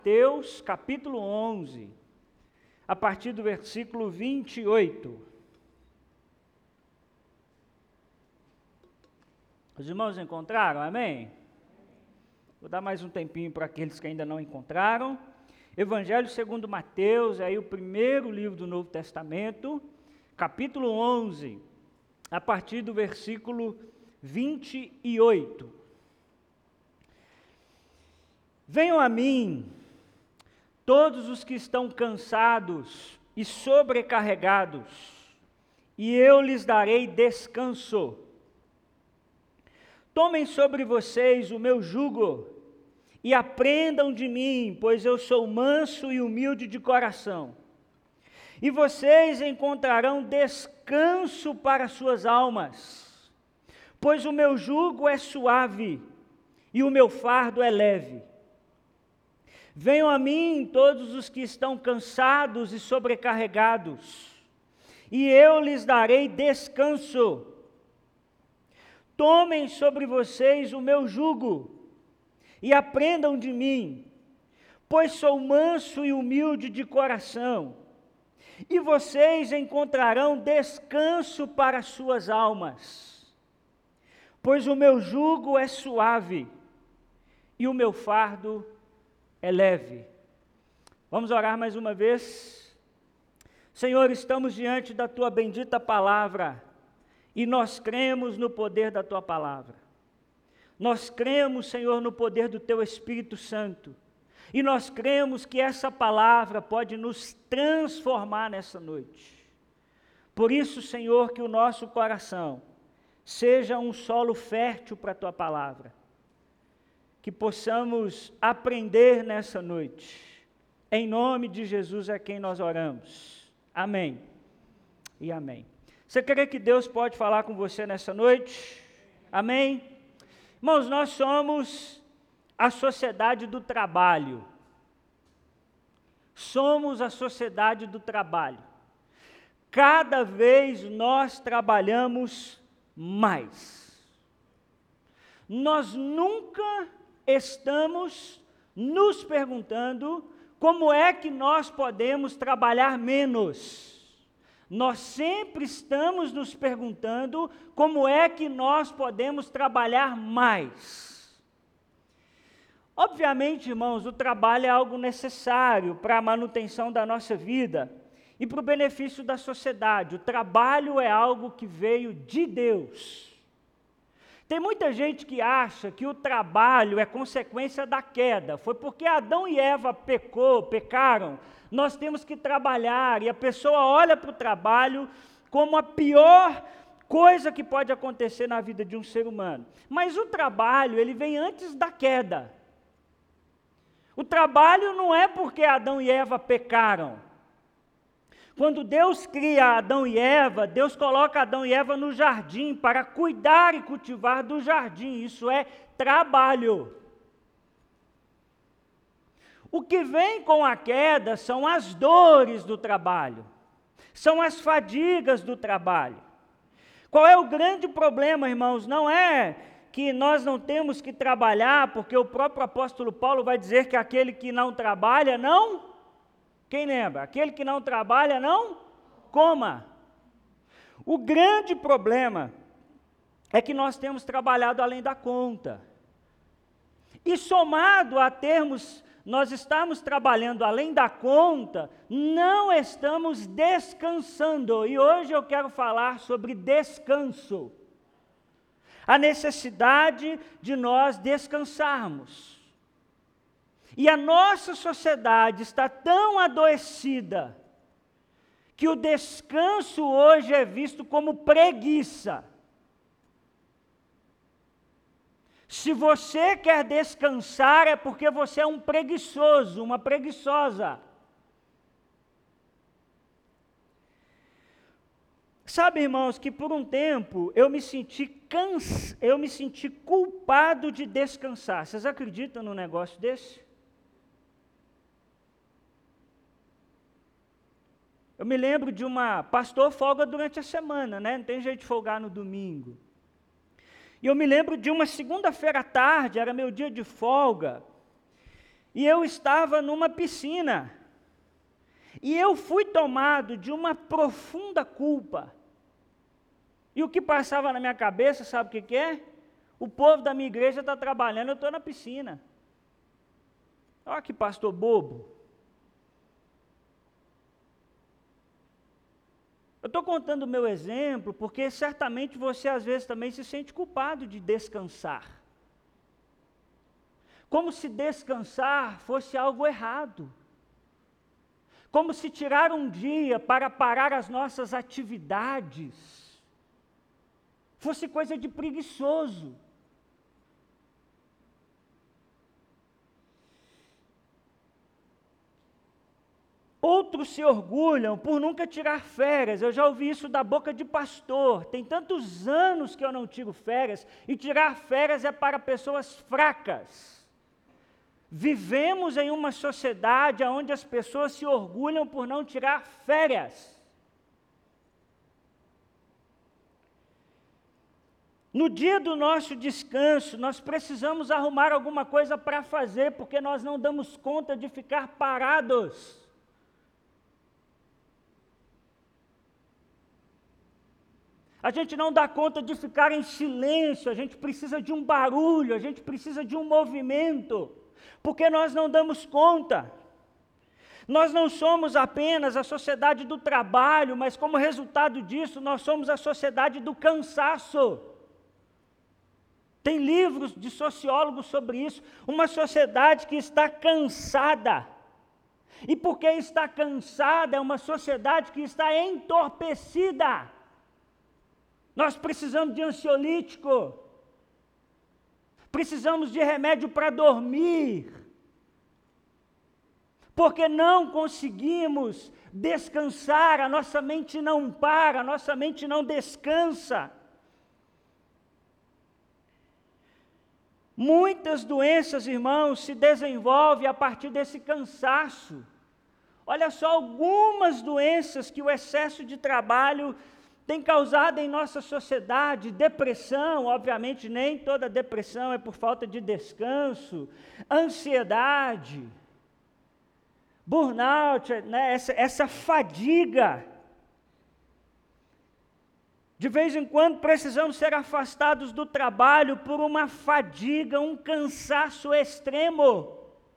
Mateus capítulo 11, a partir do versículo 28. Os irmãos encontraram? Amém? Vou dar mais um tempinho para aqueles que ainda não encontraram. Evangelho segundo Mateus, aí o primeiro livro do Novo Testamento, capítulo 11, a partir do versículo 28. Venham a mim, todos os que estão cansados e sobrecarregados, e eu lhes darei descanso. Tomem sobre vocês o meu jugo e aprendam de mim, pois eu sou manso e humilde de coração. E vocês encontrarão descanso para suas almas, pois o meu jugo é suave e o meu fardo é leve. Venham a mim todos os que estão cansados e sobrecarregados, e eu lhes darei descanso. Tomem sobre vocês o meu jugo e aprendam de mim, pois sou manso e humilde de coração, e vocês encontrarão descanso para suas almas, pois o meu jugo é suave e o meu fardo é leve. Vamos orar mais uma vez. Senhor, estamos diante da Tua bendita palavra e nós cremos no poder da Tua palavra. Nós cremos, Senhor, no poder do Teu Espírito Santo e nós cremos que essa palavra pode nos transformar nessa noite. Por isso, Senhor, que o nosso coração seja um solo fértil para a Tua palavra, que possamos aprender nessa noite. Em nome de Jesus é quem nós oramos. Amém e amém. Você crê que Deus pode falar com você nessa noite? Amém? Irmãos, nós somos a sociedade do trabalho. Somos a sociedade do trabalho. Cada vez nós trabalhamos mais. Nós nunca estamos nos perguntando como é que nós podemos trabalhar menos. Nós sempre estamos nos perguntando como é que nós podemos trabalhar mais. Obviamente, irmãos, o trabalho é algo necessário para a manutenção da nossa vida e para o benefício da sociedade. O trabalho é algo que veio de Deus. Tem muita gente que acha que o trabalho é consequência da queda. Foi porque Adão e Eva pecaram, nós temos que trabalhar. E a pessoa olha para o trabalho como a pior coisa que pode acontecer na vida de um ser humano. Mas o trabalho, ele vem antes da queda. O trabalho não é porque Adão e Eva pecaram. Quando Deus cria Adão e Eva, Deus coloca Adão e Eva no jardim para cuidar e cultivar do jardim. Isso é trabalho. O que vem com a queda são as dores do trabalho, são as fadigas do trabalho. Qual é o grande problema, irmãos? Não é que nós não temos que trabalhar, porque o próprio apóstolo Paulo vai dizer que aquele que não trabalha, não... Quem lembra? Aquele que não trabalha, não coma. O grande problema é que nós temos trabalhado além da conta. E somado a nós estamos trabalhando além da conta, não estamos descansando. E hoje eu quero falar sobre descanso. A necessidade de nós descansarmos. E a nossa sociedade está tão adoecida que o descanso hoje é visto como preguiça. Se você quer descansar é porque você é um preguiçoso, uma preguiçosa. Sabe, irmãos, que por um tempo eu me senti culpado de descansar. Vocês acreditam num negócio desse? Eu me lembro de pastor folga durante a semana, né? Não tem jeito de folgar no domingo. E eu me lembro de uma segunda-feira à tarde, era meu dia de folga, E eu estava numa piscina. E eu fui tomado de uma profunda culpa. E o que passava na minha cabeça, sabe o que é? O povo da minha igreja está trabalhando, eu estou na piscina. Olha que pastor bobo. Eu estou contando o meu exemplo, porque certamente você às vezes também se sente culpado de descansar. Como se descansar fosse algo errado. Como se tirar um dia para parar as nossas atividades fosse coisa de preguiçoso. Outros se orgulham por nunca tirar férias. Eu já ouvi isso da boca de pastor. Tem tantos anos que eu não tiro férias, e tirar férias é para pessoas fracas. Vivemos em uma sociedade onde as pessoas se orgulham por não tirar férias. No dia do nosso descanso, nós precisamos arrumar alguma coisa para fazer, porque nós não damos conta de ficar parados. A gente não dá conta de ficar em silêncio, a gente precisa de um barulho, a gente precisa de um movimento, porque nós não damos conta. Nós não somos apenas a sociedade do trabalho, mas como resultado disso, nós somos a sociedade do cansaço. Tem livros de sociólogos sobre isso, uma sociedade que está cansada. E porque está cansada, é uma sociedade que está entorpecida. Nós precisamos de ansiolítico, precisamos de remédio para dormir, porque não conseguimos descansar, a nossa mente não para, a nossa mente não descansa. Muitas doenças, irmãos, se desenvolvem a partir desse cansaço. Olha só algumas doenças que o excesso de trabalho tem causado em nossa sociedade. Depressão, obviamente nem toda depressão é por falta de descanso. Ansiedade, burnout, né? essa fadiga. De vez em quando precisamos ser afastados do trabalho por uma fadiga, um cansaço extremo.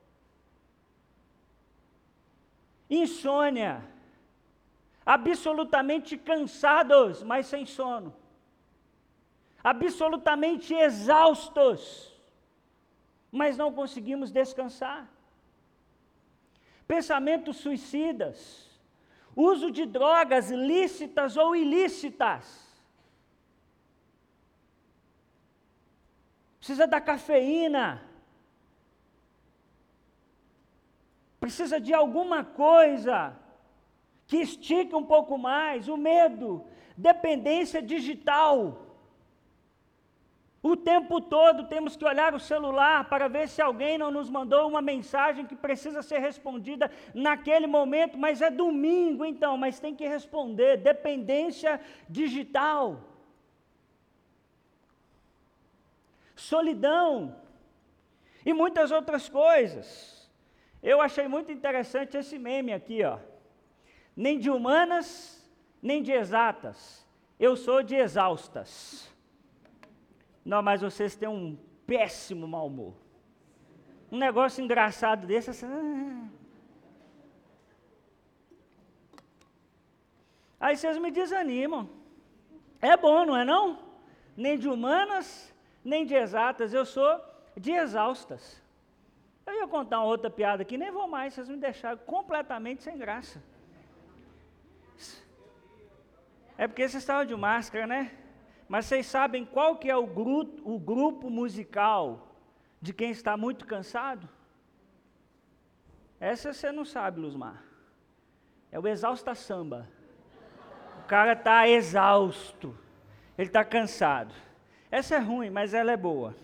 Insônia. Absolutamente cansados, mas sem sono. Absolutamente exaustos, mas não conseguimos descansar. Pensamentos suicidas. Uso de drogas lícitas ou ilícitas. Precisa da cafeína. Precisa de alguma coisa que estique um pouco mais. O medo, dependência digital. O tempo todo temos que olhar o celular para ver se alguém não nos mandou uma mensagem que precisa ser respondida naquele momento, mas é domingo então, mas tem que responder. Dependência digital. Solidão e muitas outras coisas. Eu achei muito interessante esse meme aqui, ó. Nem de humanas, nem de exatas. Eu sou de exaustas. Não, mas vocês têm um péssimo mau humor. Um negócio engraçado desse, assim... Aí vocês me desanimam. É bom, não é não? Nem de humanas, nem de exatas. Eu sou de exaustas. Eu ia contar uma outra piada aqui, nem vou mais, vocês me deixaram completamente sem graça. É porque vocês estavam de máscara, né? Mas vocês sabem qual que é o grupo musical de quem está muito cansado? Essa você não sabe, Luzmar. É o Exausta Samba. O cara está exausto, ele está cansado. Essa é ruim, mas ela é boa.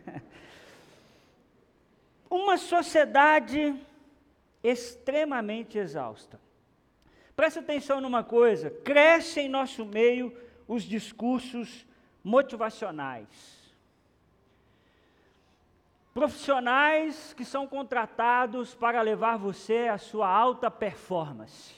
Uma sociedade extremamente exausta. Presta atenção numa coisa, cresce em nosso meio os discursos motivacionais. Profissionais que são contratados para levar você à sua alta performance.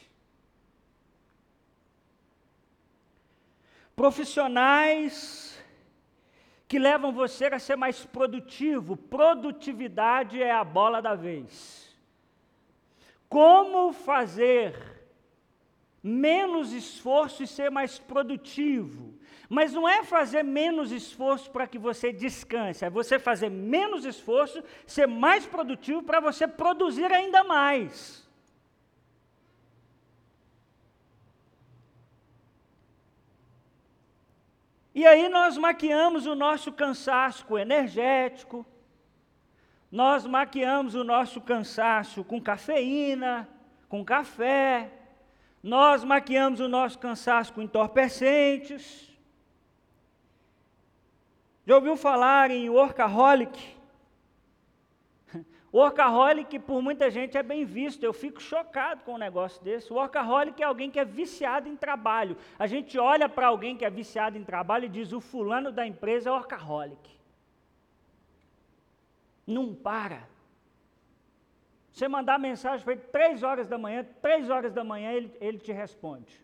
Profissionais que levam você a ser mais produtivo. Produtividade é a bola da vez. Como fazer menos esforço e ser mais produtivo? Mas não é fazer menos esforço para que você descanse, é você fazer menos esforço, ser mais produtivo para você produzir ainda mais. E aí nós maquiamos o nosso cansaço com energético, nós maquiamos o nosso cansaço com cafeína, com café, nós maquiamos o nosso cansaço com entorpecentes. Já ouviu falar em workaholic? Workaholic por muita gente é bem visto, eu fico chocado com um negócio desse. Workaholic é alguém que é viciado em trabalho. A gente olha para alguém que é viciado em trabalho e diz, o fulano da empresa é workaholic. Não para. Você mandar mensagem para ele 3 horas da manhã, 3 horas da manhã ele te responde.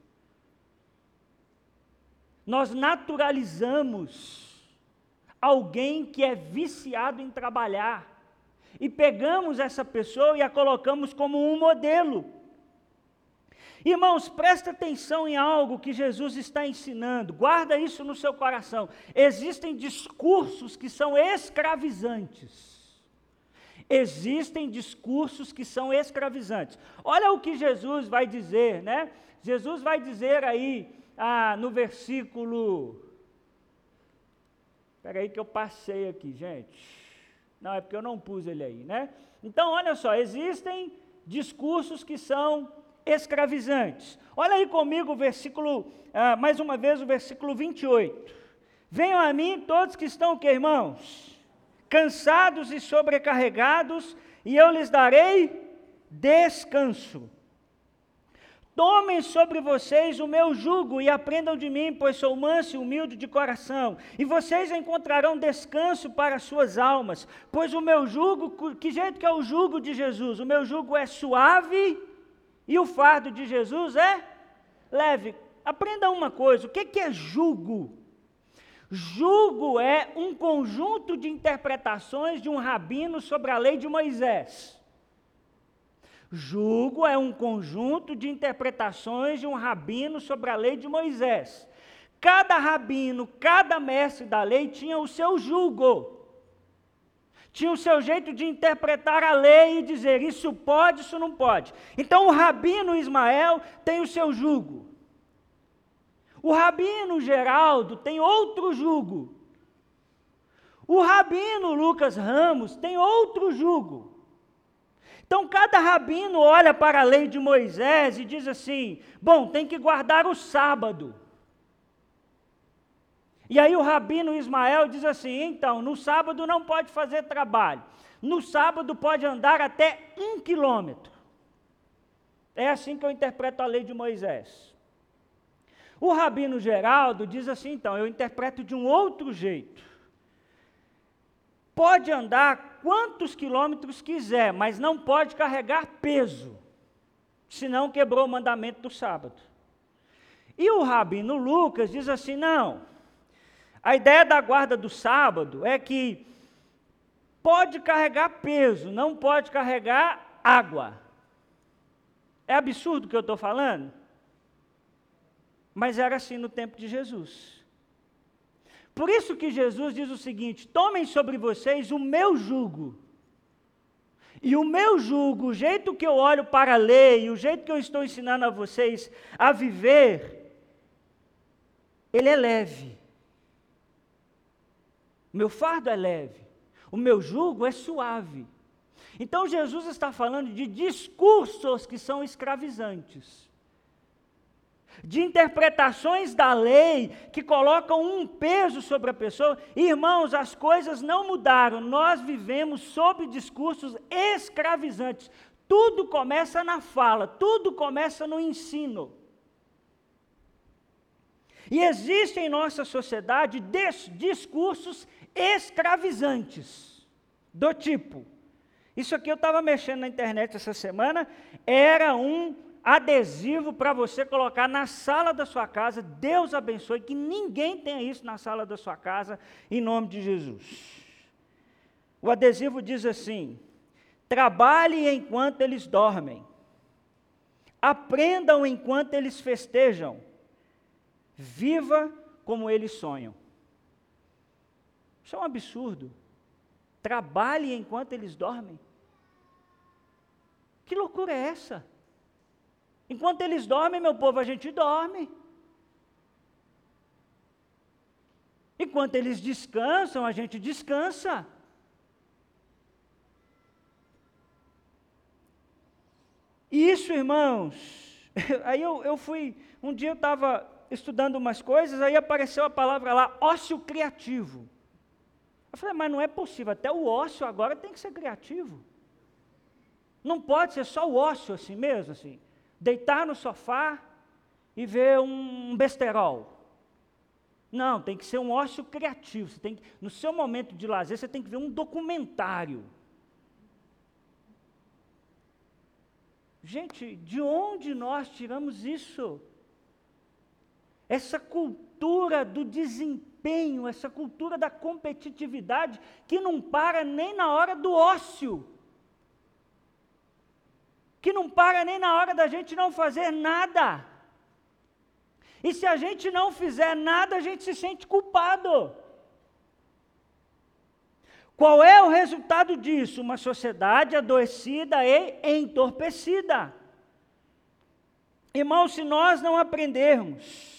Nós naturalizamos alguém que é viciado em trabalhar. E pegamos essa pessoa e a colocamos como um modelo. Irmãos, presta atenção em algo que Jesus está ensinando. Guarda isso no seu coração. Existem discursos que são escravizantes. Existem discursos que são escravizantes. Olha o que Jesus vai dizer, né? Jesus vai dizer aí, no versículo... Espera aí que eu passei aqui, gente. Não, é porque eu não pus ele aí, né? Então, olha só, existem discursos que são escravizantes. Olha aí comigo o versículo, mais uma vez o versículo 28. Venham a mim todos que estão, o quê, irmãos? Cansados e sobrecarregados, e eu lhes darei descanso. Tomem sobre vocês o meu jugo e aprendam de mim, pois sou manso e humilde de coração, e vocês encontrarão descanso para as suas almas, pois o meu jugo, que jeito que é o jugo de Jesus? O meu jugo é suave e o fardo de Jesus é leve. Aprenda uma coisa, o que é jugo? Jugo é um conjunto de interpretações de um rabino sobre a lei de Moisés. Jugo é um conjunto de interpretações de um rabino sobre a lei de Moisés. Cada rabino, cada mestre da lei tinha o seu jugo. Tinha o seu jeito de interpretar a lei e dizer isso pode, isso não pode. Então o rabino Ismael tem o seu jugo. O rabino Geraldo tem outro jugo. O rabino Lucas Ramos tem outro jugo. Então, cada rabino olha para a lei de Moisés e diz assim, bom, tem que guardar o sábado. E aí o rabino Ismael diz assim, então, no sábado não pode fazer trabalho. No sábado pode andar até 1 quilômetro. É assim que eu interpreto a lei de Moisés. O rabino Geraldo diz assim, então, eu interpreto de um outro jeito. Pode andar quantos quilômetros quiser, mas não pode carregar peso, senão quebrou o mandamento do sábado. E o rabino Lucas diz assim, não, a ideia da guarda do sábado é que pode carregar peso, não pode carregar água. É absurdo o que eu estou falando? Mas era assim no tempo de Jesus. Por isso que Jesus diz o seguinte, tomem sobre vocês o meu jugo. E o meu jugo, o jeito que eu olho para a lei, o jeito que eu estou ensinando a vocês a viver, ele é leve. O meu fardo é leve. O meu jugo é suave. Então Jesus está falando de discursos que são escravizantes. De interpretações da lei que colocam um peso sobre a pessoa. Irmãos, as coisas não mudaram, nós vivemos sob discursos escravizantes. Tudo começa na fala, tudo começa no ensino. E existem em nossa sociedade discursos escravizantes. Do tipo, isso aqui eu estava mexendo na internet essa semana, era um adesivo para você colocar na sala da sua casa. Deus abençoe, que ninguém tenha isso na sala da sua casa, em nome de Jesus. O adesivo diz assim: trabalhe enquanto eles dormem, aprendam enquanto eles festejam, viva como eles sonham. Isso é um absurdo. Trabalhe enquanto eles dormem. Que loucura é essa? Enquanto eles dormem, meu povo, a gente dorme. Enquanto eles descansam, a gente descansa. E isso, irmãos, aí eu fui, um dia eu estava estudando umas coisas, aí apareceu a palavra lá, ócio criativo. Eu falei, mas não é possível, até o ócio agora tem que ser criativo. Não pode ser só o ócio assim mesmo, assim, deitar no sofá e ver um besterol. Não, tem que ser um ócio criativo. Você tem que, no seu momento de lazer, você tem que ver um documentário. Gente, de onde nós tiramos isso? Essa cultura do desempenho, essa cultura da competitividade, que não para nem na hora do ócio. Que não para nem na hora da gente não fazer nada. E se a gente não fizer nada, a gente se sente culpado. Qual é o resultado disso? Uma sociedade adoecida e entorpecida. Irmãos, se nós não aprendermos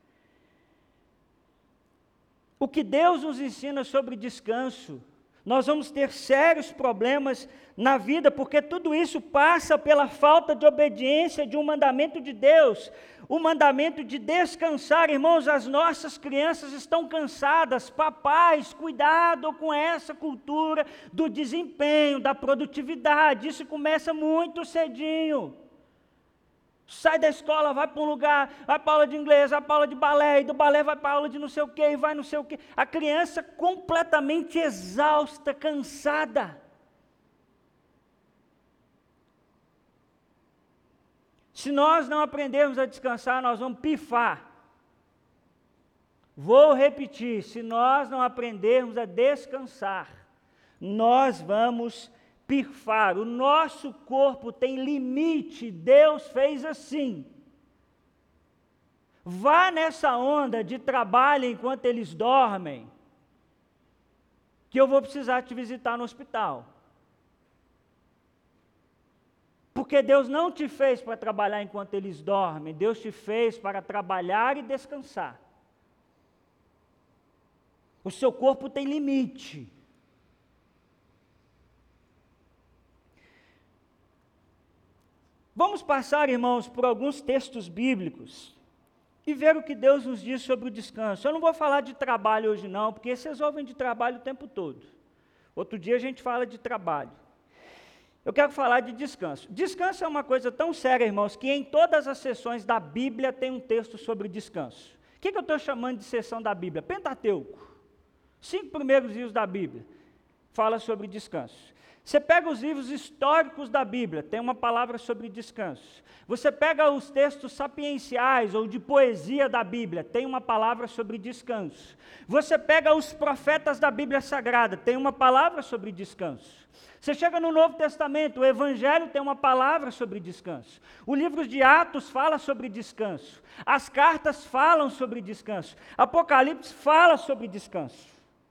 o que Deus nos ensina sobre descanso, nós vamos ter sérios problemas na vida, porque tudo isso passa pela falta de obediência de um mandamento de Deus, o mandamento de descansar. Irmãos, as nossas crianças estão cansadas. Papais, cuidado com essa cultura do desempenho, da produtividade. Isso começa muito cedinho. Sai da escola, vai para um lugar, vai para aula de inglês, vai para aula de balé, e do balé vai para aula de não sei o quê, e vai não sei o quê. A criança completamente exausta, cansada. Se nós não aprendermos a descansar, nós vamos pifar. Vou repetir, se nós não aprendermos a descansar, nós vamos pifar. O nosso corpo tem limite, Deus fez assim. Vá nessa onda de trabalho enquanto eles dormem, que eu vou precisar te visitar no hospital. Porque Deus não te fez para trabalhar enquanto eles dormem, Deus te fez para trabalhar e descansar. O seu corpo tem limite. Vamos passar, irmãos, por alguns textos bíblicos e ver o que Deus nos diz sobre o descanso. Eu não vou falar de trabalho hoje não, porque vocês ouvem de trabalho o tempo todo. Outro dia a gente fala de trabalho. Eu quero falar de descanso. Descanso é uma coisa tão séria, irmãos, que em todas as sessões da Bíblia tem um texto sobre descanso. O que eu estou chamando de sessão da Bíblia? Pentateuco. 5 primeiros livros da Bíblia fala sobre descanso. Você pega os livros históricos da Bíblia, tem uma palavra sobre descanso. Você pega os textos sapienciais ou de poesia da Bíblia, tem uma palavra sobre descanso. Você pega os profetas da Bíblia Sagrada, tem uma palavra sobre descanso. Você chega no Novo Testamento, o Evangelho tem uma palavra sobre descanso. O livro de Atos fala sobre descanso. As cartas falam sobre descanso. Apocalipse fala sobre descanso.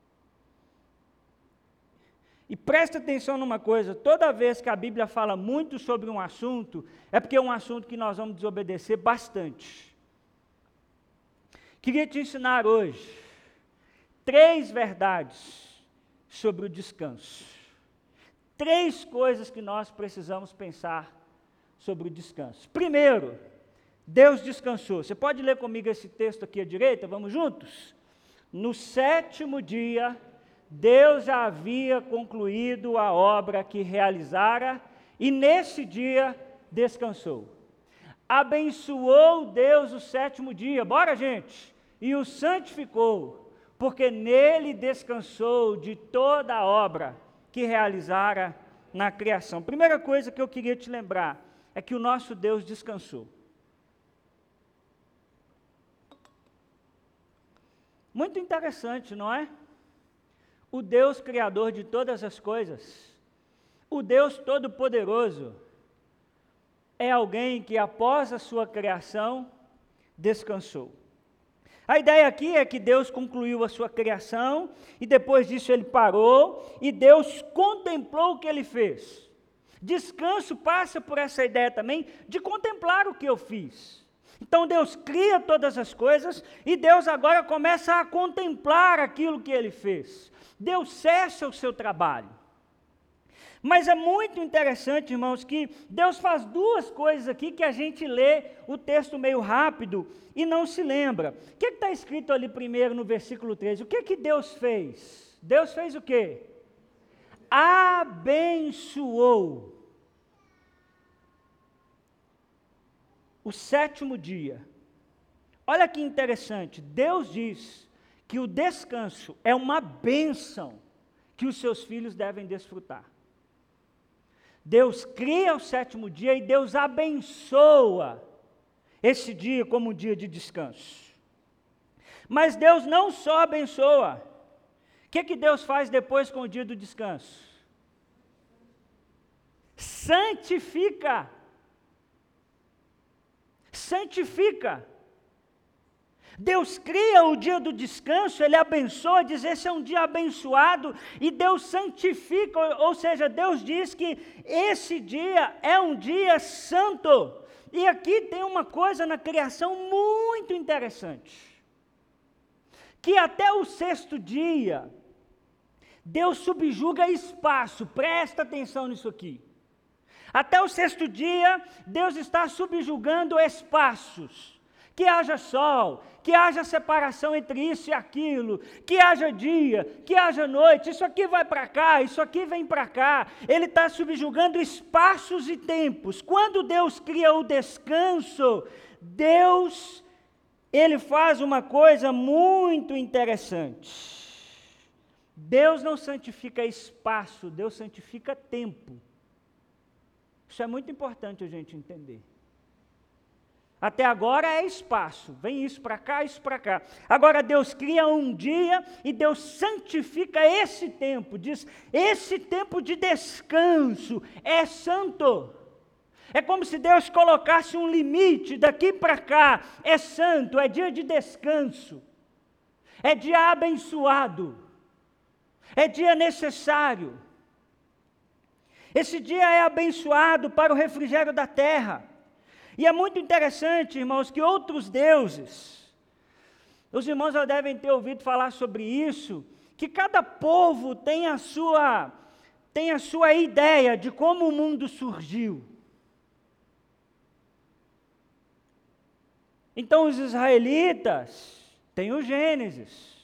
E preste atenção numa coisa, toda vez que a Bíblia fala muito sobre um assunto, é porque é um assunto que nós vamos desobedecer bastante. Queria te ensinar hoje 3 verdades sobre o descanso. 3 coisas que nós precisamos pensar sobre o descanso. Primeiro, Deus descansou. Você pode ler comigo esse texto aqui à direita? Vamos juntos? No 7º dia, Deus já havia concluído a obra que realizara e nesse dia descansou. Abençoou Deus o 7º dia, bora gente, e o santificou, porque nele descansou de toda a obra que realizara na criação. Primeira coisa que eu queria te lembrar é que o nosso Deus descansou. Muito interessante, não é? O Deus criador de todas as coisas, o Deus todo-poderoso, é alguém que após a sua criação, descansou. A ideia aqui é que Deus concluiu a sua criação, e depois disso ele parou, e Deus contemplou o que ele fez. Descanso passa por essa ideia também de contemplar o que eu fiz. Então Deus cria todas as coisas, e Deus agora começa a contemplar aquilo que ele fez. Deus cessa o seu trabalho. Mas é muito interessante, irmãos, que Deus faz duas coisas aqui que a gente lê o texto meio rápido e não se lembra. O que está escrito ali primeiro no versículo 13? O que Deus fez? Deus fez o quê? Abençoou o sétimo dia. Olha que interessante, Deus diz que o descanso é uma bênção que os seus filhos devem desfrutar. Deus cria o sétimo dia e Deus abençoa esse dia como um dia de descanso. Mas Deus não só abençoa. O que Deus faz depois com o dia do descanso? Santifica. Santifica. Deus cria o dia do descanso, Ele abençoa, diz esse é um dia abençoado, e Deus santifica, ou seja, Deus diz que esse dia é um dia santo. E aqui tem uma coisa na criação muito interessante, que até o sexto dia, Deus subjuga espaço, presta atenção nisso aqui. Até o sexto dia, Deus está subjugando espaços. Que haja sol, que haja separação entre isso e aquilo, que haja dia, que haja noite, isso aqui vai para cá, isso aqui vem para cá. Ele está subjugando espaços e tempos. Quando Deus cria o descanso, Ele faz uma coisa muito interessante. Deus não santifica espaço, Deus santifica tempo. Isso é muito importante a gente entender. Até agora é espaço, vem isso para cá, isso para cá. Agora Deus cria um dia e Deus santifica esse tempo, diz, esse tempo de descanso é santo. É como se Deus colocasse um limite, daqui para cá, é santo, é dia de descanso, é dia abençoado, é dia necessário. Esse dia é abençoado para o refrigério da terra. E é muito interessante, irmãos, que outros deuses, os irmãos já devem ter ouvido falar sobre isso, que cada povo tem a sua ideia de como o mundo surgiu. Então os israelitas têm o Gênesis.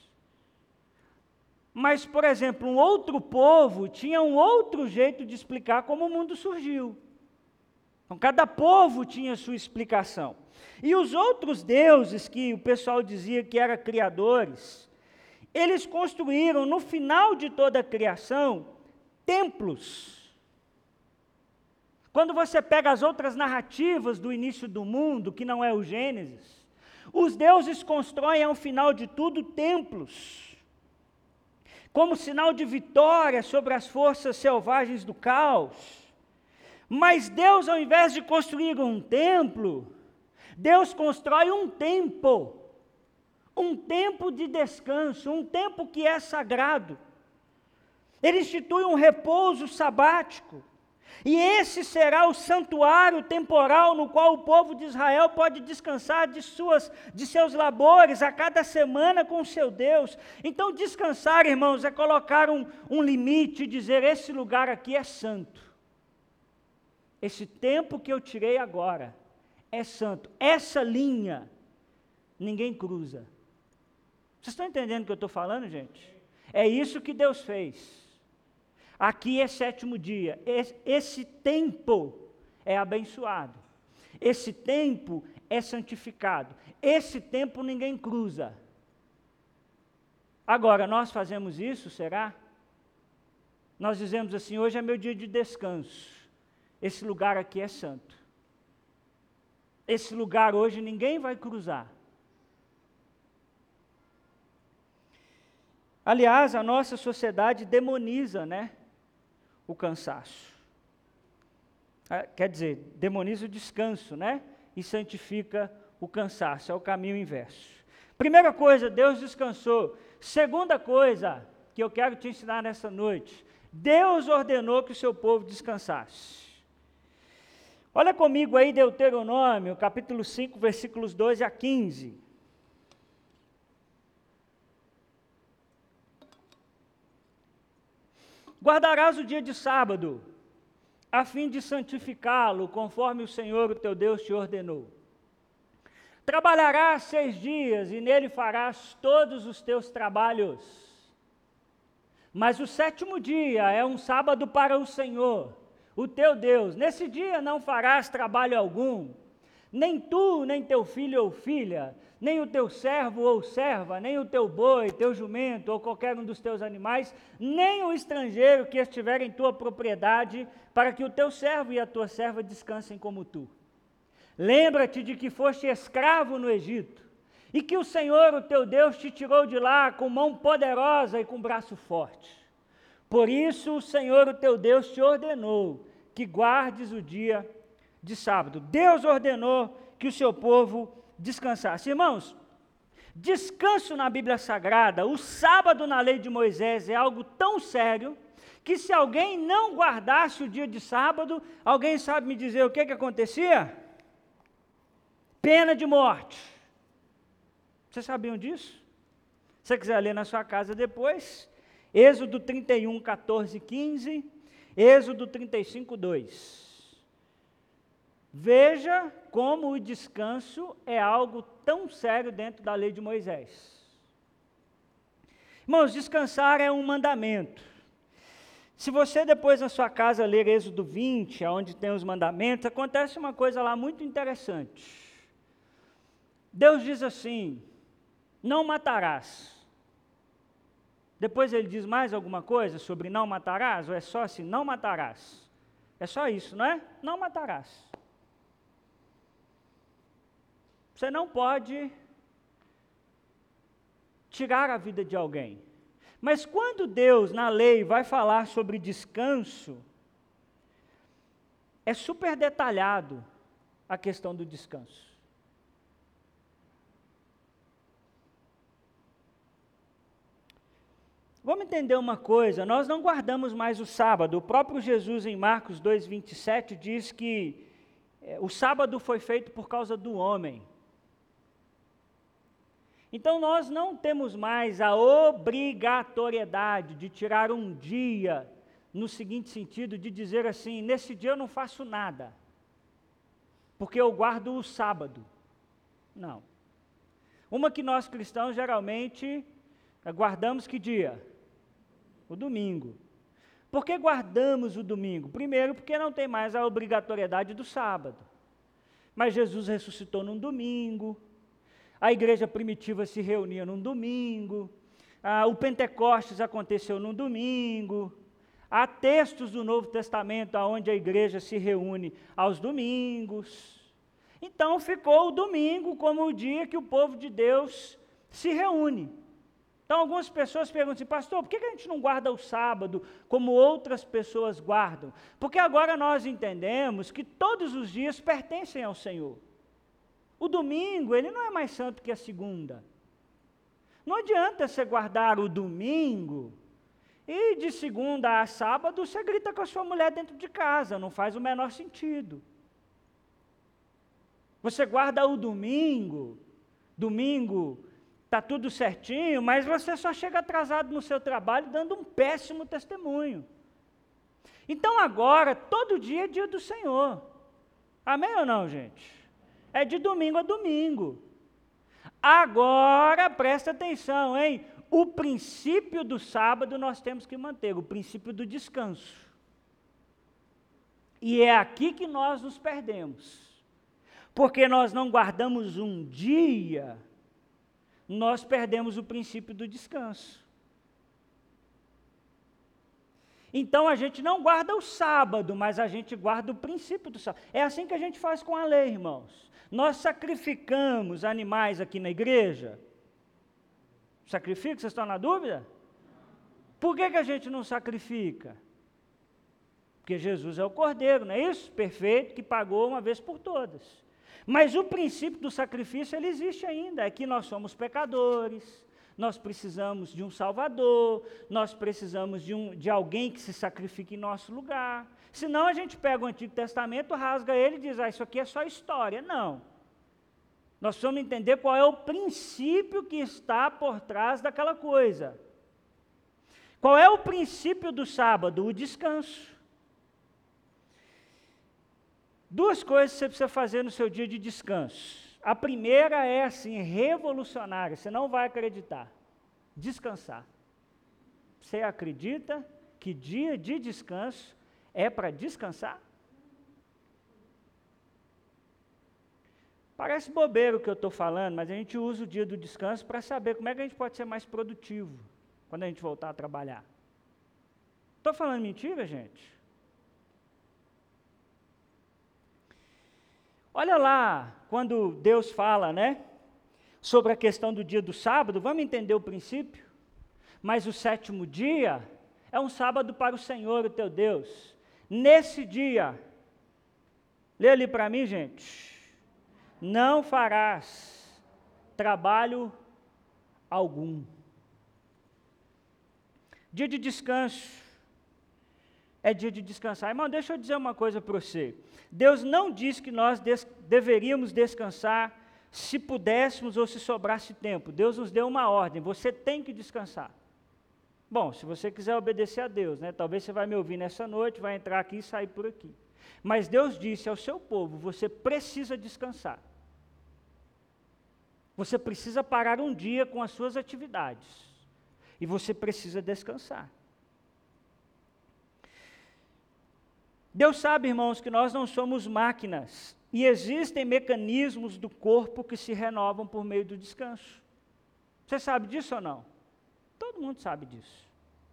Mas, por exemplo, um outro povo tinha um outro jeito de explicar como o mundo surgiu. Então, cada povo tinha sua explicação. E os outros deuses, que o pessoal dizia que eram criadores, eles construíram, no final de toda a criação, templos. Quando você pega as outras narrativas do início do mundo, que não é o Gênesis, os deuses constroem, ao final de tudo, templos. Como sinal de vitória sobre as forças selvagens do caos. Mas Deus, ao invés de construir um templo, Deus constrói um tempo de descanso, um tempo que é sagrado. Ele institui um repouso sabático, e esse será o santuário temporal no qual o povo de Israel pode descansar de seus labores a cada semana com o seu Deus. Então descansar, irmãos, é colocar um limite e dizer, esse lugar aqui é santo. Esse tempo que eu tirei agora é santo. Essa linha, ninguém cruza. Vocês estão entendendo o que eu estou falando, gente? É isso que Deus fez. Aqui é sétimo dia. Esse tempo é abençoado. Esse tempo é santificado. Esse tempo ninguém cruza. Agora, nós fazemos isso, será? nós dizemos assim: hoje é meu dia de descanso, esse lugar aqui é santo, esse lugar hoje ninguém vai cruzar. Aliás, a nossa sociedade demoniza, né, o cansaço. Quer dizer, demoniza o descanso, né, e santifica o cansaço, é o caminho inverso. Primeira coisa, Deus descansou. Segunda coisa que eu quero te ensinar nessa noite: Deus ordenou que o seu povo descansasse. Olha comigo aí Deuteronômio, capítulo 5, versículos 12 a 15. Guardarás o dia de sábado, a fim de santificá-lo, conforme o Senhor, o teu Deus, te ordenou. Trabalharás 6 dias, e nele farás todos os teus trabalhos. Mas o 7º dia é um sábado para o Senhor, o teu Deus. Nesse dia não farás trabalho algum, nem tu, nem teu filho ou filha, nem o teu servo ou serva, nem o teu boi, teu jumento ou qualquer um dos teus animais, nem o estrangeiro que estiver em tua propriedade, para que o teu servo e a tua serva descansem como tu. Lembra-te de que foste escravo no Egito, e que o Senhor, o teu Deus, te tirou de lá com mão poderosa e com braço forte. Por isso o Senhor, o teu Deus, te ordenou que guardes o dia de sábado. Deus ordenou que o seu povo descansasse. Irmãos, descanso na Bíblia Sagrada, o sábado na lei de Moisés é algo tão sério, que se alguém não guardasse o dia de sábado, alguém sabe me dizer o que acontecia? Pena de morte. Vocês sabiam disso? Se você quiser ler na sua casa depois, Êxodo 31, 14 e 15, Êxodo 35, 2. Veja como o descanso é algo tão sério dentro da lei de Moisés. Irmãos, descansar é um mandamento. Se você depois na sua casa ler Êxodo 20, onde tem os mandamentos, acontece uma coisa lá muito interessante. Deus diz assim: não matarás. Depois ele diz mais alguma coisa sobre não matarás, ou é só assim, não matarás? É só isso, não é? Não matarás. Você não pode tirar a vida de alguém. Mas quando Deus, na lei, vai falar sobre descanso, é super detalhado a questão do descanso. Vamos entender uma coisa: nós não guardamos mais o sábado. O próprio Jesus, em Marcos 2,27, diz que o sábado foi feito por causa do homem. Então nós não temos mais a obrigatoriedade de tirar um dia, no seguinte sentido, de dizer assim: nesse dia eu não faço nada, porque eu guardo o sábado. Não. Uma que nós cristãos geralmente guardamos que dia? O domingo. Por que guardamos o domingo? Primeiro, porque não tem mais a obrigatoriedade do sábado. Mas Jesus ressuscitou num domingo, a igreja primitiva se reunia num domingo, o Pentecostes aconteceu num domingo, há textos do Novo Testamento onde a igreja se reúne aos domingos. Então ficou o domingo como o dia que o povo de Deus se reúne. Então algumas pessoas perguntam assim: pastor, por que a gente não guarda o sábado como outras pessoas guardam? Porque agora nós entendemos que todos os dias pertencem ao Senhor. O domingo, ele não é mais santo que a segunda. Não adianta você guardar o domingo e de segunda a sábado você grita com a sua mulher dentro de casa, não faz o menor sentido. Você guarda o domingo está tudo certinho, mas você só chega atrasado no seu trabalho dando um péssimo testemunho. Então agora, todo dia é dia do Senhor. Amém ou não, gente? É de domingo a domingo. Agora, presta atenção, hein? O princípio do sábado nós temos que manter, o princípio do descanso. E é aqui que nós nos perdemos. Porque nós não guardamos um dia, nós perdemos o princípio do descanso. Então a gente não guarda o sábado, mas a gente guarda o princípio do sábado. É assim que a gente faz com a lei, irmãos. Nós sacrificamos animais aqui na igreja. Sacrifica? Vocês estão na dúvida? Por que a gente não sacrifica? Porque Jesus é o Cordeiro, não é isso? Perfeito, que pagou uma vez por todas. Mas o princípio do sacrifício, ele existe ainda. É que nós somos pecadores, nós precisamos de um Salvador, nós precisamos de alguém que se sacrifique em nosso lugar. Senão a gente pega o Antigo Testamento, rasga ele e diz, isso aqui é só história. Não. Nós precisamos entender qual é o princípio que está por trás daquela coisa. Qual é o princípio do sábado? O descanso. Duas coisas você precisa fazer no seu dia de descanso. A primeira é assim, revolucionária, você não vai acreditar. Descansar. Você acredita que dia de descanso é para descansar? Parece bobeiro o que eu estou falando, mas a gente usa o dia do descanso para saber como é que a gente pode ser mais produtivo quando a gente voltar a trabalhar. Estou falando mentira, gente? Olha lá, quando Deus fala, sobre a questão do dia do sábado, vamos entender o princípio? Mas o sétimo dia é um sábado para o Senhor, o teu Deus. Nesse dia, lê ali para mim, gente, não farás trabalho algum. Dia de descanso. É dia de descansar. Irmão, deixa eu dizer uma coisa para você. Deus não diz que nós deveríamos descansar se pudéssemos ou se sobrasse tempo. Deus nos deu uma ordem, você tem que descansar. Bom, se você quiser obedecer a Deus, talvez você vai me ouvir nessa noite, vai entrar aqui e sair por aqui. Mas Deus disse ao seu povo, você precisa descansar. Você precisa parar um dia com as suas atividades. E você precisa descansar. Deus sabe, irmãos, que nós não somos máquinas e existem mecanismos do corpo que se renovam por meio do descanso. Você sabe disso ou não? Todo mundo sabe disso.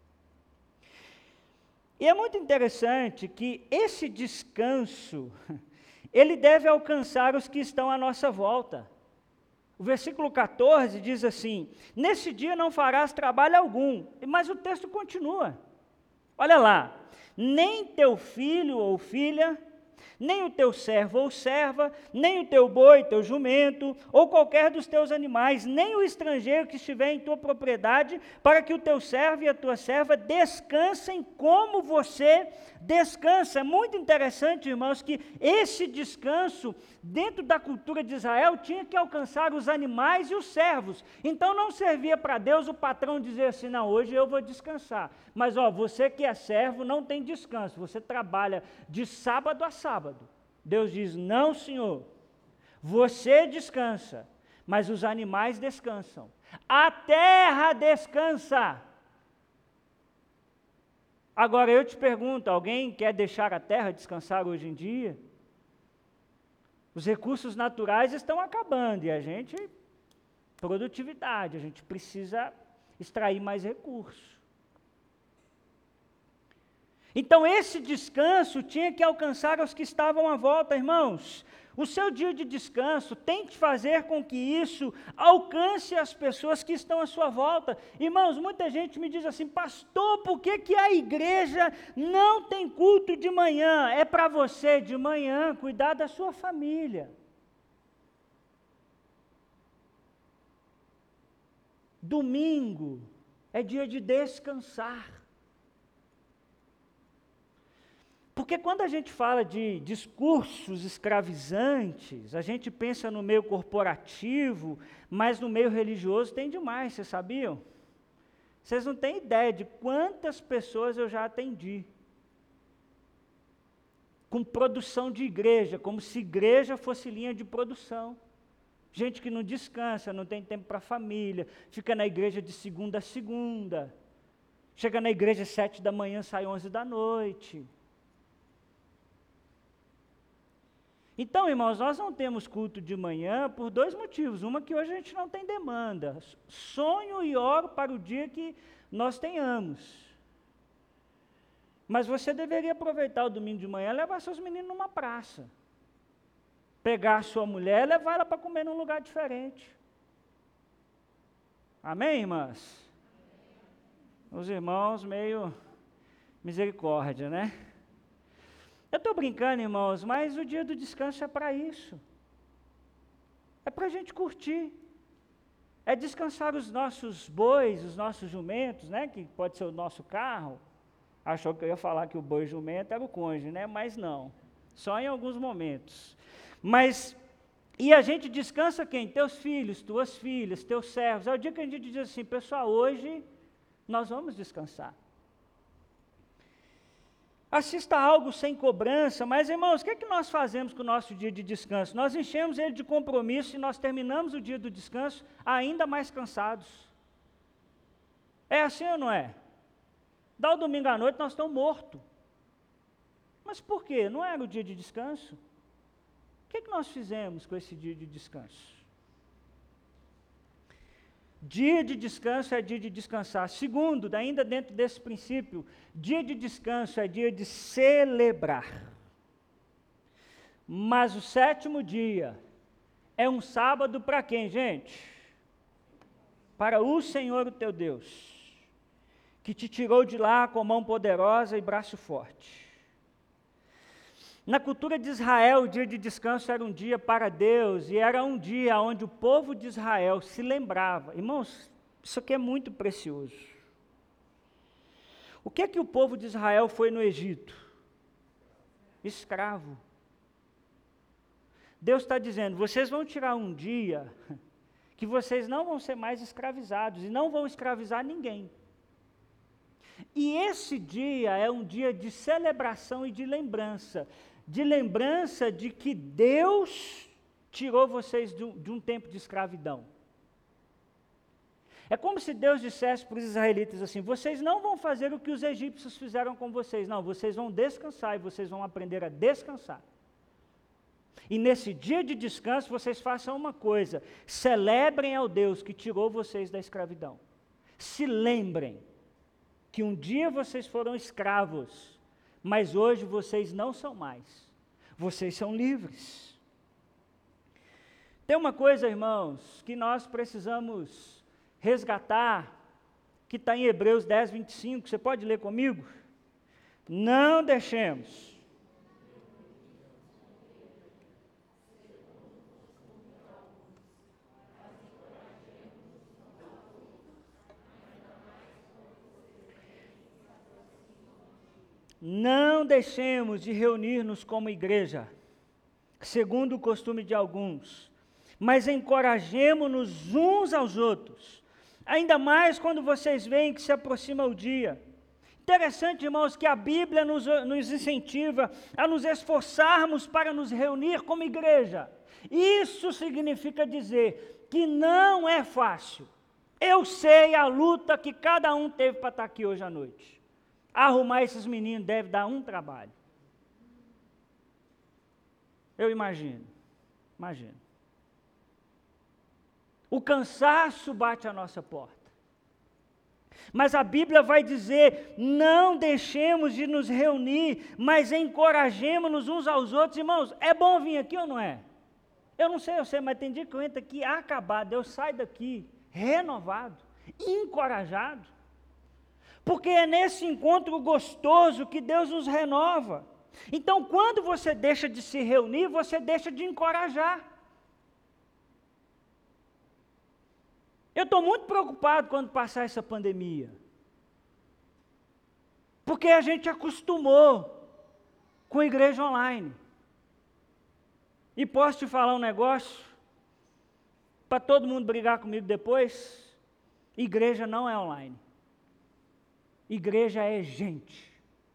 E é muito interessante que esse descanso, ele deve alcançar os que estão à nossa volta. O versículo 14 diz assim, nesse dia não farás trabalho algum, mas o texto continua. Olha lá, nem teu filho ou filha, nem o teu servo ou serva, nem o teu boi, teu jumento, ou qualquer dos teus animais, nem o estrangeiro que estiver em tua propriedade, para que o teu servo e a tua serva descansem como você descansa. É muito interessante, irmãos, que esse descanso, dentro da cultura de Israel, tinha que alcançar os animais e os servos. Então não servia para Deus o patrão dizer assim, não, hoje eu vou descansar. Mas você que é servo não tem descanso, você trabalha de sábado a sábado. Deus diz, não senhor, você descansa, mas os animais descansam. A terra descansa. Agora eu te pergunto, alguém quer deixar a terra descansar hoje em dia? Os recursos naturais estão acabando e produtividade, a gente precisa extrair mais recursos. Então esse descanso tinha que alcançar os que estavam à volta, irmãos. O seu dia de descanso tente fazer com que isso alcance as pessoas que estão à sua volta. Irmãos, muita gente me diz assim, pastor, por que a igreja não tem culto de manhã? É para você de manhã cuidar da sua família. Domingo é dia de descansar. Porque quando a gente fala de discursos escravizantes, a gente pensa no meio corporativo, mas no meio religioso tem demais, vocês sabiam? Vocês não têm ideia de quantas pessoas eu já atendi. Com produção de igreja, como se igreja fosse linha de produção. Gente que não descansa, não tem tempo para a família, fica na igreja de segunda a segunda. Chega na igreja às 7 da manhã, sai 11 da noite. Então, irmãos, nós não temos culto de manhã por dois motivos. Uma, que hoje a gente não tem demanda. Sonho e oro para o dia que nós tenhamos. Mas você deveria aproveitar o domingo de manhã e levar seus meninos numa praça. Pegar a sua mulher e levar ela para comer num lugar diferente. Amém, irmãs? Os irmãos meio misericórdia, né? Eu estou brincando, irmãos, mas o dia do descanso é para isso. É para a gente curtir. É descansar os nossos bois, os nossos jumentos, né? Que pode ser o nosso carro. Achou que eu ia falar que o boi jumento era o cônjuge, né? Mas não. Só em alguns momentos. Mas, e a gente descansa quem? Teus filhos, tuas filhas, teus servos. É o dia que a gente diz assim, pessoal, hoje nós vamos descansar. Assista algo sem cobrança, mas irmãos, o que é que nós fazemos com o nosso dia de descanso? Nós enchemos ele de compromisso e nós terminamos o dia do descanso ainda mais cansados. É assim ou não é? Dá o domingo à noite, nós estamos mortos. Mas por quê? Não era o dia de descanso? O que é que nós fizemos com esse dia de descanso? Dia de descanso é dia de descansar. Segundo, ainda dentro desse princípio, dia de descanso é dia de celebrar. Mas o sétimo dia é um sábado para quem, gente? Para o Senhor, o teu Deus, que te tirou de lá com mão poderosa e braço forte. Na cultura de Israel, o dia de descanso era um dia para Deus, e era um dia onde o povo de Israel se lembrava. Irmãos, isso aqui é muito precioso. O que é que o povo de Israel foi no Egito? Escravo. Deus está dizendo, vocês vão tirar um dia que vocês não vão ser mais escravizados, e não vão escravizar ninguém. E esse dia é um dia de celebração e de lembrança de que Deus tirou vocês de um tempo de escravidão. É como se Deus dissesse para os israelitas assim, vocês não vão fazer o que os egípcios fizeram com vocês, não, vocês vão descansar e vocês vão aprender a descansar. E nesse dia de descanso vocês façam uma coisa, celebrem ao Deus que tirou vocês da escravidão. Se lembrem que um dia vocês foram escravos, mas hoje vocês não são mais. Vocês são livres. Tem uma coisa, irmãos, que nós precisamos resgatar, que está em Hebreus 10, 25. Você pode ler comigo? Não deixemos. Não deixemos de reunir-nos como igreja, segundo o costume de alguns, mas encorajemo-nos uns aos outros, ainda mais quando vocês veem que se aproxima o dia. Interessante, irmãos, que a Bíblia nos incentiva a nos esforçarmos para nos reunir como igreja. Isso significa dizer que não é fácil. Eu sei a luta que cada um teve para estar aqui hoje à noite. Arrumar esses meninos deve dar um trabalho. Eu imagino. O cansaço bate à nossa porta. Mas a Bíblia vai dizer, não deixemos de nos reunir, mas encorajemos-nos uns aos outros. Irmãos, é bom vir aqui ou não é? Eu não sei, mas tem dia que eu entro aqui acabado, eu saio daqui renovado, encorajado. Porque é nesse encontro gostoso que Deus nos renova. Então, quando você deixa de se reunir, você deixa de encorajar. Eu estou muito preocupado quando passar essa pandemia. Porque a gente acostumou com igreja online. E posso te falar um negócio? Para todo mundo brigar comigo depois, igreja não é online. Igreja é gente.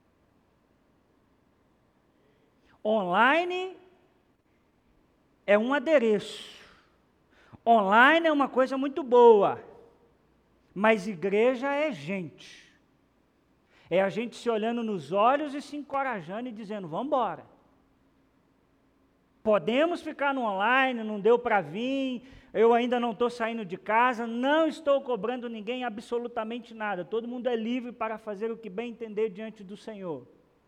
Online é um adereço. Online é uma coisa muito boa. Mas igreja é gente. É a gente se olhando nos olhos e se encorajando e dizendo, vamos embora. Podemos ficar no online, não deu para vir, eu ainda não estou saindo de casa, não estou cobrando ninguém absolutamente nada. Todo mundo é livre para fazer o que bem entender diante do Senhor.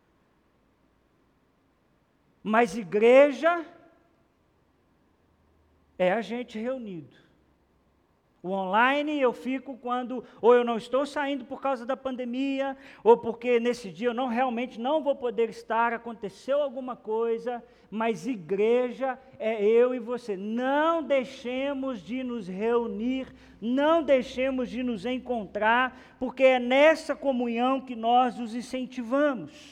Mas igreja é a gente reunido. O online eu fico quando, ou eu não estou saindo por causa da pandemia, ou porque nesse dia eu realmente não vou poder estar, aconteceu alguma coisa, mas igreja é eu e você. Não deixemos de nos reunir, não deixemos de nos encontrar, porque é nessa comunhão que nós nos incentivamos.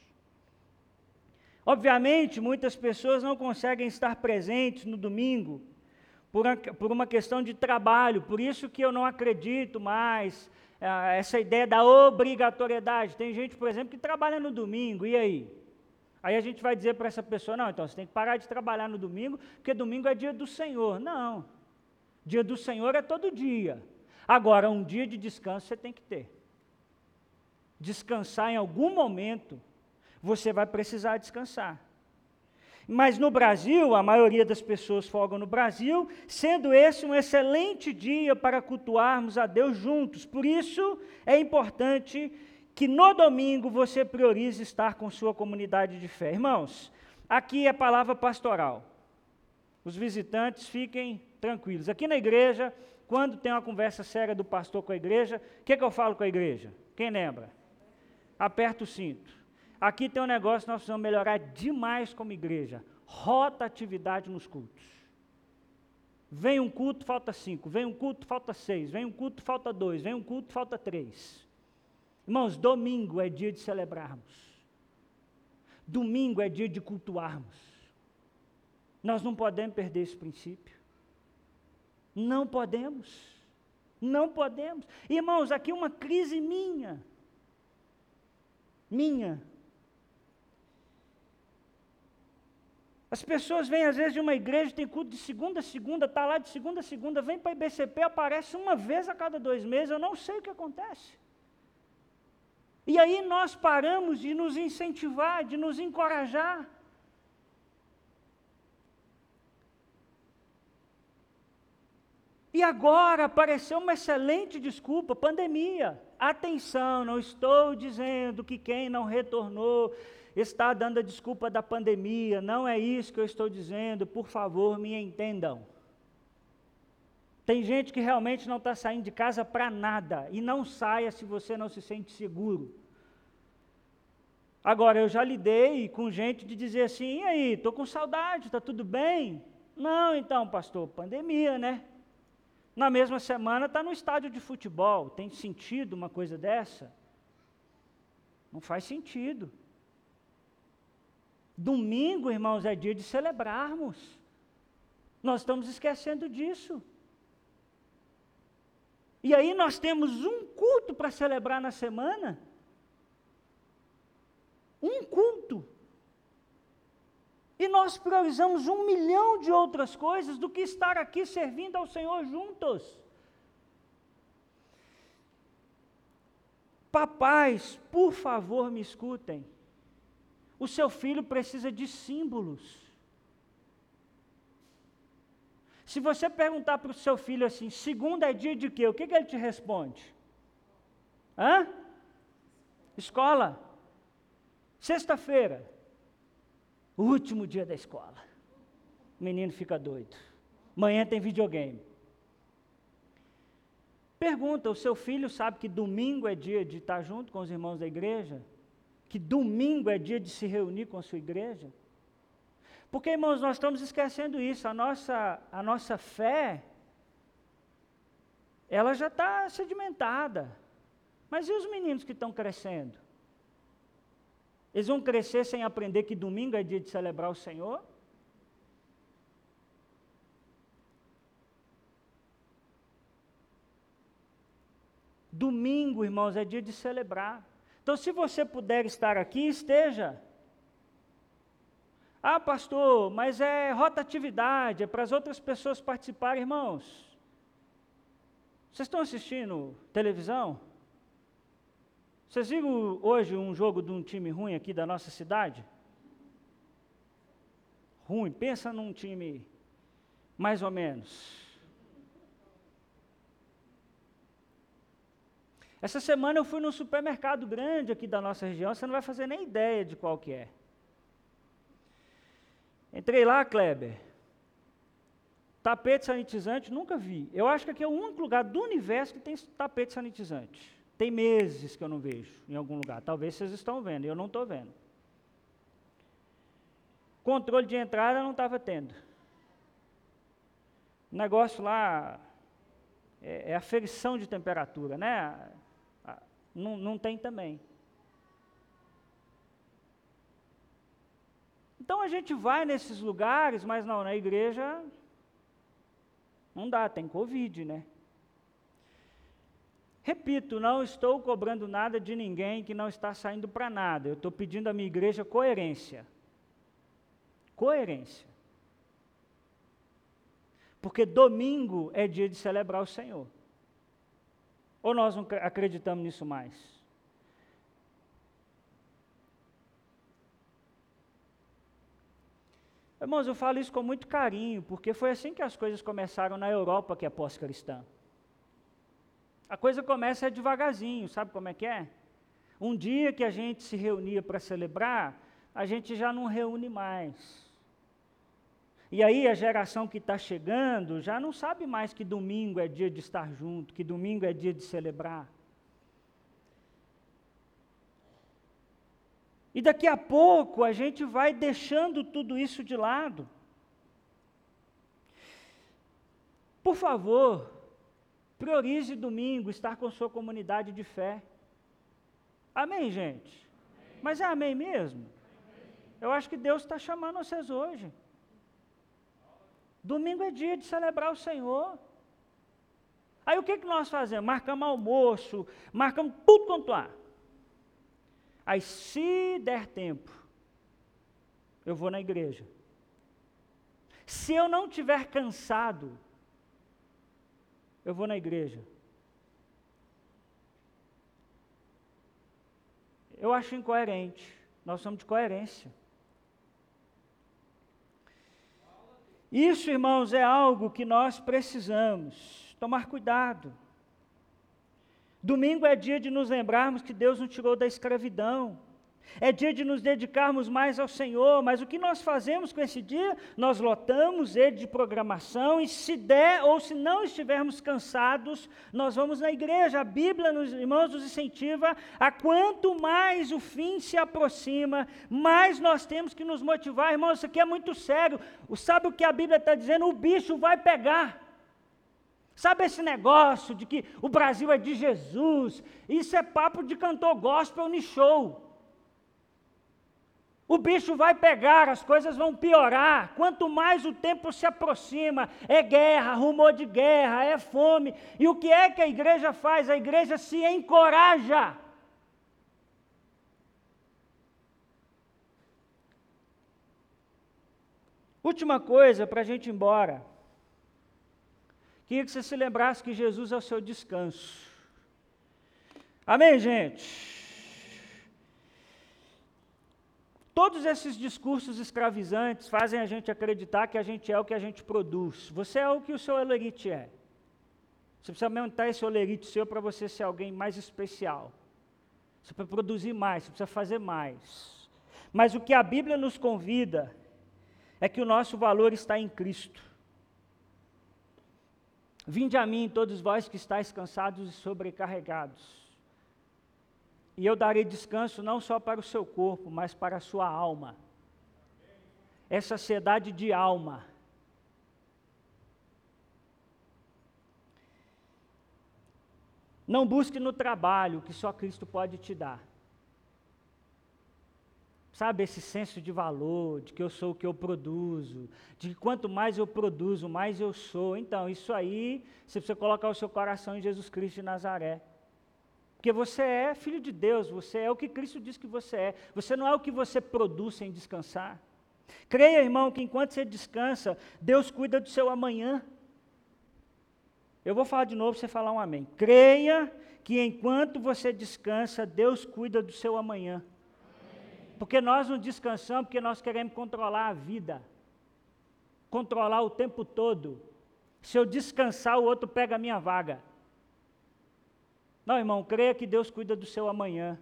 Obviamente, muitas pessoas não conseguem estar presentes no domingo, por uma questão de trabalho, por isso que eu não acredito mais essa ideia da obrigatoriedade. Tem gente, por exemplo, que trabalha no domingo, e aí? Aí a gente vai dizer para essa pessoa, não, então você tem que parar de trabalhar no domingo, porque domingo é dia do Senhor. Não, dia do Senhor é todo dia. Agora, um dia de descanso você tem que ter. Descansar em algum momento, você vai precisar descansar. Mas no Brasil, a maioria das pessoas folgam no Brasil, sendo esse um excelente dia para cultuarmos a Deus juntos. Por isso, é importante que no domingo você priorize estar com sua comunidade de fé. Irmãos, aqui é palavra pastoral. Os visitantes fiquem tranquilos. Aqui na igreja, quando tem uma conversa séria do pastor com a igreja, o que eu falo com a igreja? Quem lembra? Aperta o cinto. Aqui tem um negócio que nós precisamos melhorar demais como igreja. Rotatividade nos cultos. Vem um culto, falta 5. Vem um culto, falta 6. Vem um culto, falta 2. Vem um culto, falta 3. Irmãos, domingo é dia de celebrarmos. Domingo é dia de cultuarmos. Nós não podemos perder esse princípio. Não podemos. Não podemos. Irmãos, aqui uma crise minha. As pessoas vêm às vezes de uma igreja, tem culto de segunda a segunda, está lá de segunda a segunda, vem para a IBCP, aparece uma vez a cada 2 meses, eu não sei o que acontece. E aí nós paramos de nos incentivar, de nos encorajar. E agora apareceu uma excelente desculpa, pandemia. Atenção, não estou dizendo que quem não retornou está dando a desculpa da pandemia, não é isso que eu estou dizendo, por favor, me entendam. Tem gente que realmente não está saindo de casa para nada, e não saia se você não se sente seguro. Agora, eu já lidei com gente de dizer assim, e aí, estou com saudade, está tudo bem? Não, então, pastor, pandemia, né? Na mesma semana está no estádio de futebol, tem sentido uma coisa dessa? Não faz sentido. Domingo, irmãos, é dia de celebrarmos. Nós estamos esquecendo disso. E aí nós temos um culto para celebrar na semana. Um culto. E nós priorizamos 1 milhão de outras coisas do que estar aqui servindo ao Senhor juntos. Papais, por favor, me escutem. O seu filho precisa de símbolos. Se você perguntar para o seu filho assim, segunda é dia de quê? O que ele te responde? Hã? Escola. Sexta-feira. O último dia da escola. O menino fica doido. Amanhã tem videogame. Pergunta, o seu filho sabe que domingo é dia de estar junto com os irmãos da igreja? Que domingo é dia de se reunir com a sua igreja? Porque, irmãos, nós estamos esquecendo isso. A nossa fé, ela já está sedimentada. Mas e os meninos que estão crescendo? Eles vão crescer sem aprender que domingo é dia de celebrar o Senhor? Domingo, irmãos, é dia de celebrar. Então, se você puder estar aqui, esteja. Ah, pastor, mas é rotatividade, é para as outras pessoas participarem, irmãos. Vocês estão assistindo televisão? Vocês viram hoje um jogo de um time ruim aqui da nossa cidade? ruim. Pensa num time mais ou menos. Essa semana eu fui num supermercado grande aqui da nossa região, você não vai fazer nem ideia de qual que é. Entrei lá, Kleber, tapete sanitizante, nunca vi. Eu acho que aqui é o único lugar do universo que tem tapete sanitizante. Tem meses que eu não vejo em algum lugar. Talvez vocês estão vendo, eu não estou vendo. Controle de entrada não estava tendo. O negócio lá é aferição de temperatura, né? Não tem também. Então a gente vai nesses lugares, mas não, na igreja não dá, tem Covid, né? Repito, não estou cobrando nada de ninguém que não está saindo para nada. Eu estou pedindo à minha igreja coerência. Coerência. Porque domingo é dia de celebrar o Senhor. Ou nós não acreditamos nisso mais? Irmãos, eu falo isso com muito carinho, porque foi assim que as coisas começaram na Europa, que é pós-cristã. A coisa começa devagarzinho, sabe como é que é? Um dia que a gente se reunia para celebrar, a gente já não reúne mais. E aí a geração que está chegando já não sabe mais que domingo é dia de estar junto, que domingo é dia de celebrar. E daqui a pouco a gente vai deixando tudo isso de lado. Por favor, priorize domingo, estar com sua comunidade de fé. Amém, gente? Amém. Mas é amém mesmo? Amém. Eu acho que Deus está chamando vocês hoje. Domingo é dia de celebrar o Senhor. Aí o que nós fazemos? Marcamos almoço, marcamos tudo quanto há. Aí se der tempo, eu vou na igreja. Se eu não estiver cansado, eu vou na igreja. Eu acho incoerente. Nós somos de coerência. Isso, irmãos, é algo que nós precisamos tomar cuidado. Domingo é dia de nos lembrarmos que Deus nos tirou da escravidão. É dia de nos dedicarmos mais ao Senhor, mas o que nós fazemos com esse dia? Nós lotamos ele de programação e se der ou se não estivermos cansados, nós vamos na igreja. A Bíblia, irmãos, nos incentiva a quanto mais o fim se aproxima, mais nós temos que nos motivar. Irmãos, isso aqui é muito sério. Sabe o que a Bíblia está dizendo? O bicho vai pegar. Sabe esse negócio de que o Brasil é de Jesus? Isso é papo de cantor gospel no show. O bicho vai pegar, as coisas vão piorar. Quanto mais o tempo se aproxima, é guerra, rumor de guerra, é fome. E o que é que a igreja faz? A igreja se encoraja. Última coisa para a gente ir embora. Queria que você se lembrasse que Jesus é o seu descanso. Amém, gente? Todos esses discursos escravizantes fazem a gente acreditar que a gente é o que a gente produz. Você é o que o seu olerite é. Você precisa aumentar esse olerite seu para você ser alguém mais especial. Você precisa produzir mais, você precisa fazer mais. Mas o que a Bíblia nos convida é que o nosso valor está em Cristo. Vinde a mim, todos vós que estáis cansados e sobrecarregados, e eu darei descanso não só para o seu corpo, mas para a sua alma. É saciedade de alma. Não busque no trabalho o que só Cristo pode te dar. Sabe, esse senso de valor, de que eu sou o que eu produzo, de que quanto mais eu produzo, mais eu sou. Então, isso aí, você precisa colocar o seu coração em Jesus Cristo de Nazaré. Porque você é filho de Deus, você é o que Cristo diz que você é. Você não é o que você produz sem descansar. Creia, irmão, que enquanto você descansa, Deus cuida do seu amanhã. Eu vou falar de novo para você falar um amém. Creia que enquanto você descansa, Deus cuida do seu amanhã. Porque nós não descansamos porque nós queremos controlar a vida. controlar o tempo todo. Se eu descansar, o outro pega a minha vaga. Não, irmão, creia que Deus cuida do seu amanhã.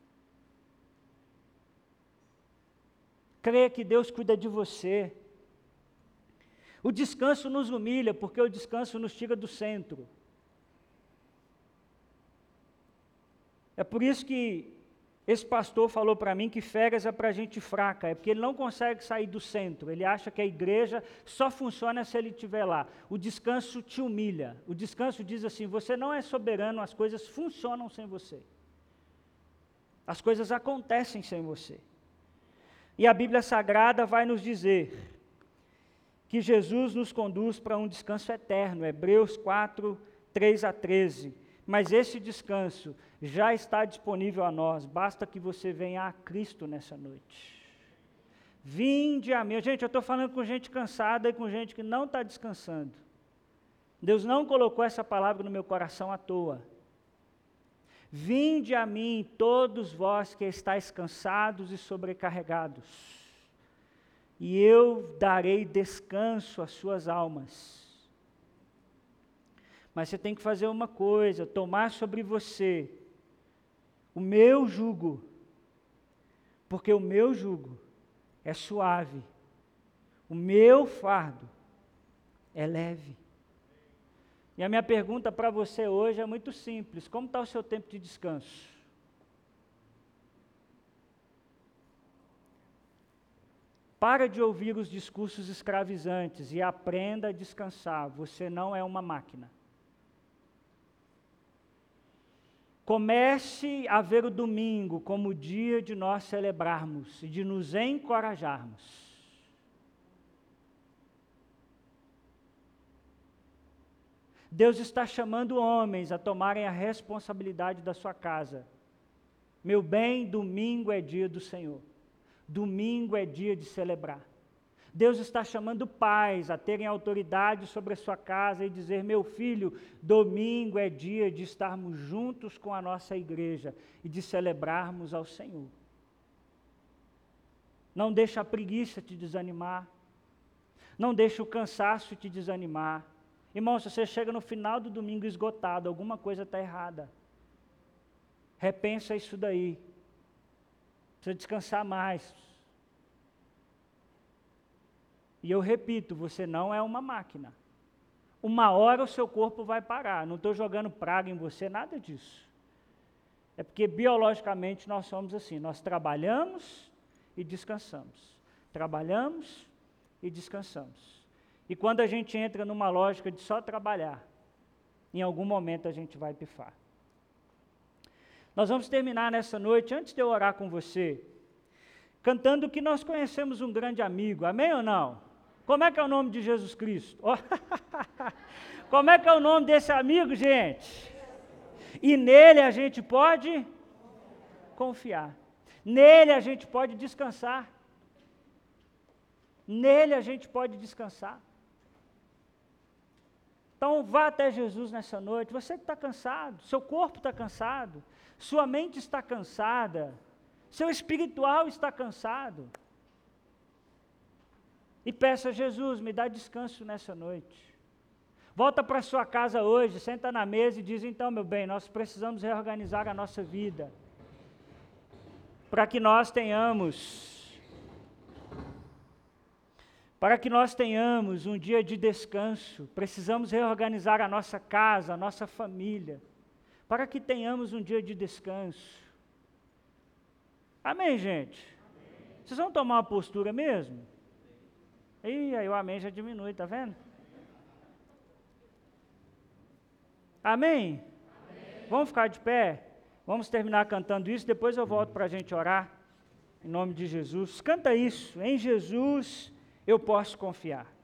Creia que Deus cuida de você. O descanso nos humilha, porque o descanso nos tira do centro. É por isso que esse pastor falou para mim que férias é para gente fraca, é porque ele não consegue sair do centro, ele acha que a igreja só funciona se ele estiver lá. O descanso te humilha, o descanso diz assim, você não é soberano, as coisas funcionam sem você. As coisas acontecem sem você. E a Bíblia Sagrada vai nos dizer que Jesus nos conduz para um descanso eterno, Hebreus 4, 3 a 13. Mas esse descanso já está disponível a nós, basta que você venha a Cristo nessa noite. Vinde a mim. Gente, eu estou falando com gente cansada e com gente que não está descansando. Deus não colocou essa palavra no meu coração à toa. Vinde a mim, todos vós que estáis cansados e sobrecarregados, e eu darei descanso às suas almas. Mas você tem que fazer uma coisa, tomar sobre você o meu jugo, porque o meu jugo é suave, o meu fardo é leve. E a minha pergunta para você hoje é muito simples, como está o seu tempo de descanso? Para de ouvir os discursos escravizantes e aprenda a descansar, você não é uma máquina. Comece a ver o domingo como o dia de nós celebrarmos e de nos encorajarmos. Deus está chamando homens a tomarem a responsabilidade da sua casa. Meu bem, domingo é dia do Senhor. Domingo é dia de celebrar. Deus está chamando pais a terem autoridade sobre a sua casa e dizer, meu filho, domingo é dia de estarmos juntos com a nossa igreja e de celebrarmos ao Senhor. Não deixe a preguiça te desanimar. Não deixe o cansaço te desanimar. Irmão, se você chega no final do domingo esgotado, alguma coisa está errada. Repensa isso daí. Precisa descansar mais. E eu repito, você não é uma máquina. Uma hora o seu corpo vai parar. Não estou jogando praga em você, nada disso. É porque biologicamente nós somos assim. Nós trabalhamos e descansamos. Trabalhamos e descansamos. E quando a gente entra numa lógica de só trabalhar, em algum momento a gente vai pifar. Nós vamos terminar nessa noite, antes de eu orar com você, cantando que nós conhecemos um grande amigo, amém ou não? Como é que é o nome de Jesus Cristo? Como é que é o nome desse amigo, gente? E nele a gente pode confiar. Nele a gente pode descansar. Nele a gente pode descansar. Então vá até Jesus nessa noite. Você que está cansado, seu corpo está cansado, sua mente está cansada, seu espiritual está cansado. E peça a Jesus, me dá descanso nessa noite. Volta para sua casa hoje, senta na mesa e diz, então, meu bem, nós precisamos reorganizar a nossa vida. Para que nós tenhamos um dia de descanso, precisamos reorganizar a nossa casa, a nossa família, para que tenhamos um dia de descanso. Amém, gente? Amém. Vocês vão tomar uma postura mesmo? Ih, aí o amém já diminui, tá vendo? Amém? Amém? Vamos ficar de pé? Vamos terminar cantando isso, depois eu volto para a gente orar, em nome de Jesus. Canta isso, em Jesus eu posso confiar.